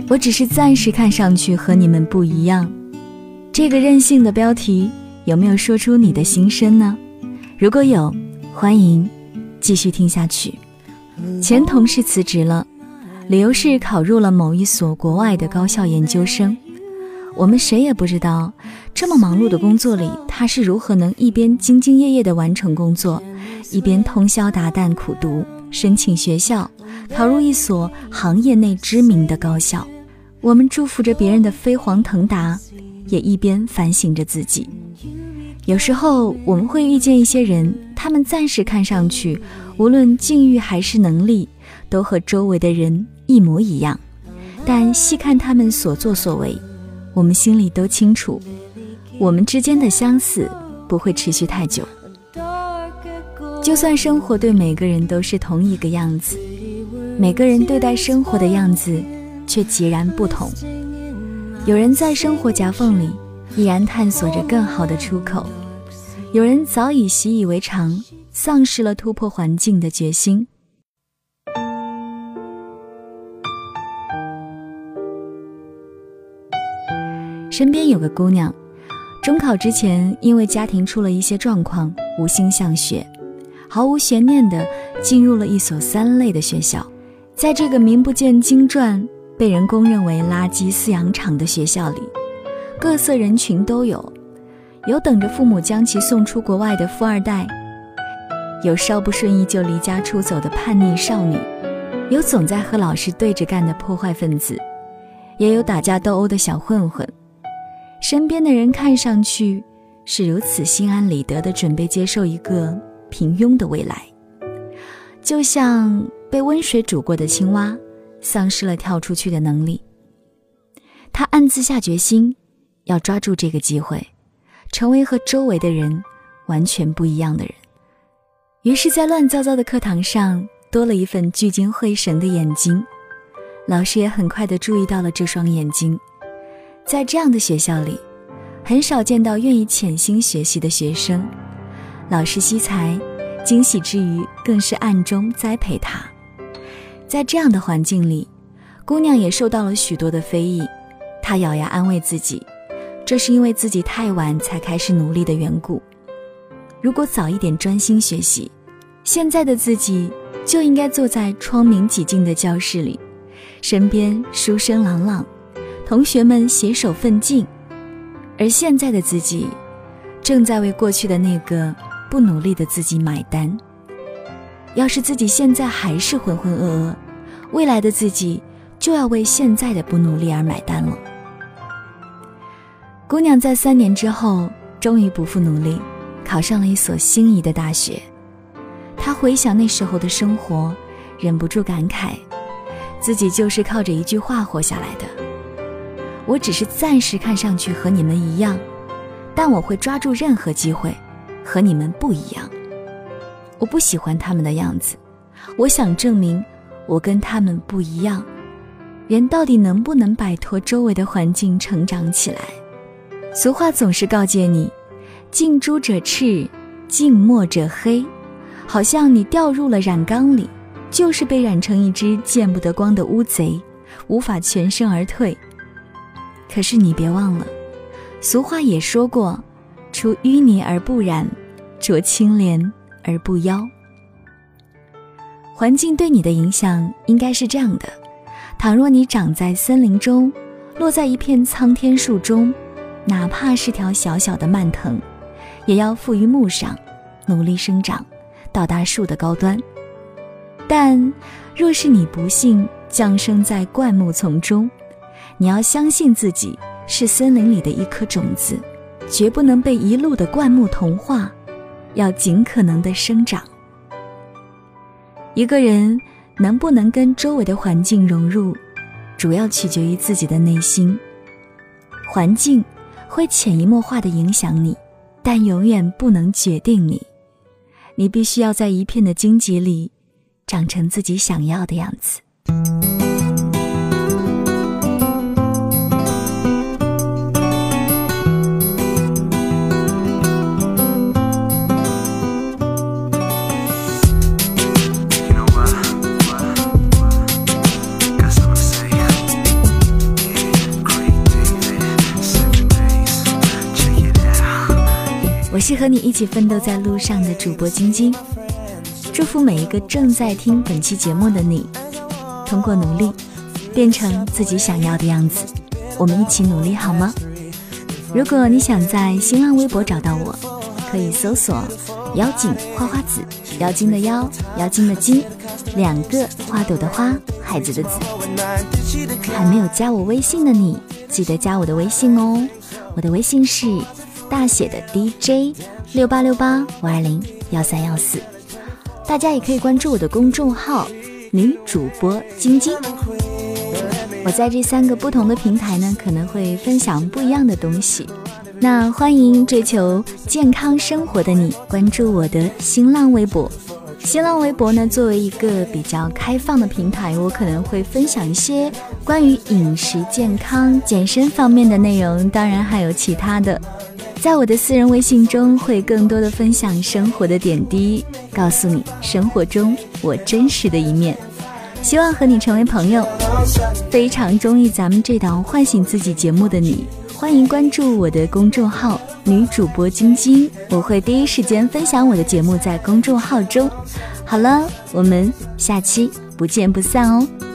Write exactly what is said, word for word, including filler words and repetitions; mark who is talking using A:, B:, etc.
A: 我只是暂时看上去和你们不一样。这个任性的标题有没有说出你的心声呢？如果有，欢迎继续听下去。前同事辞职了，理由是考入了某一所国外的高校研究生。我们谁也不知道这么忙碌的工作里，他是如何能一边兢兢业业地完成工作，一边通宵达旦苦读，申请学校，考入一所行业内知名的高校。我们祝福着别人的飞黄腾达，也一边反省着自己。有时候我们会遇见一些人，他们暂时看上去无论境遇还是能力都和周围的人一模一样，但细看他们所作所为，我们心里都清楚，我们之间的相似不会持续太久。就算生活对每个人都是同一个样子，每个人对待生活的样子却截然不同。有人在生活夹缝里依然探索着更好的出口，有人早已习以为常，丧失了突破环境的决心。身边有个姑娘，中考之前因为家庭出了一些状况，无心向学，毫无悬念地进入了一所三类的学校。在这个名不见经传，被人公认为垃圾饲养场的学校里，各色人群都有，有等着父母将其送出国外的富二代，有稍不顺意就离家出走的叛逆少女，有总在和老师对着干的破坏分子，也有打架斗殴的小混混。身边的人看上去是如此心安理得地准备接受一个平庸的未来，就像被温水煮过的青蛙，丧失了跳出去的能力。他暗自下决心，要抓住这个机会，成为和周围的人完全不一样的人。于是在乱糟糟的课堂上多了一份聚精会神的眼睛，老师也很快地注意到了这双眼睛。在这样的学校里，很少见到愿意潜心学习的学生，老师惜才，惊喜之余更是暗中栽培他。在这样的环境里，姑娘也受到了许多的非议，她咬牙安慰自己，这是因为自己太晚才开始努力的缘故。如果早一点专心学习，现在的自己就应该坐在窗明几净的教室里，身边书声朗朗，同学们携手奋进，而现在的自己正在为过去的那个不努力的自己买单。要是自己现在还是浑浑噩噩，未来的自己就要为现在的不努力而买单了。姑娘在三年之后终于不负努力，考上了一所心仪的大学。她回想那时候的生活，忍不住感慨，自己就是靠着一句话活下来的。我只是暂时看上去和你们一样，但我会抓住任何机会和你们不一样。我不喜欢他们的样子，我想证明我跟他们不一样。人到底能不能摆脱周围的环境成长起来？俗话总是告诫你，近朱者赤，近墨者黑，好像你掉入了染缸里，就是被染成一只见不得光的乌贼，无法全身而退。可是你别忘了，俗话也说过，出淤泥而不染，濯清涟而不妖。环境对你的影响应该是这样的，倘若你长在森林中，落在一片苍天树中，哪怕是条小小的蔓藤，也要附于木上，努力生长，到达树的高端。但若是你不幸降生在灌木丛中，你要相信自己是森林里的一颗种子，绝不能被一路的灌木同化，要尽可能的生长。一个人能不能跟周围的环境融入，主要取决于自己的内心。环境会潜移默化地影响你，但永远不能决定你。你必须要在一片的荆棘里长成自己想要的样子。 是和你一起奋斗在路上的主播晶晶。祝福每一个正在听本期节目的你，通过努力变成自己想要的样子。我们一起努力好吗？如果你想在新浪微博找到我，可以搜索妖精花花子，妖精的妖，妖精的精，两个花朵的花，孩子的子。还没有加我微信的你，记得加我的微信哦。我的微信是大写的 D J 六八六八五二零一三一四。大家也可以关注我的公众号女主播晶晶。我在这三个不同的平台呢，可能会分享不一样的东西。那欢迎追求健康生活的你关注我的新浪微博。新浪微博呢，作为一个比较开放的平台，我可能会分享一些关于饮食健康健身方面的内容，当然还有其他的。在我的私人微信中会更多的分享生活的点滴，告诉你生活中我真实的一面，希望和你成为朋友。非常中意咱们这档唤醒自己节目的你，欢迎关注我的公众号女主播晶晶，我会第一时间分享我的节目在公众号中。好了，我们下期不见不散哦。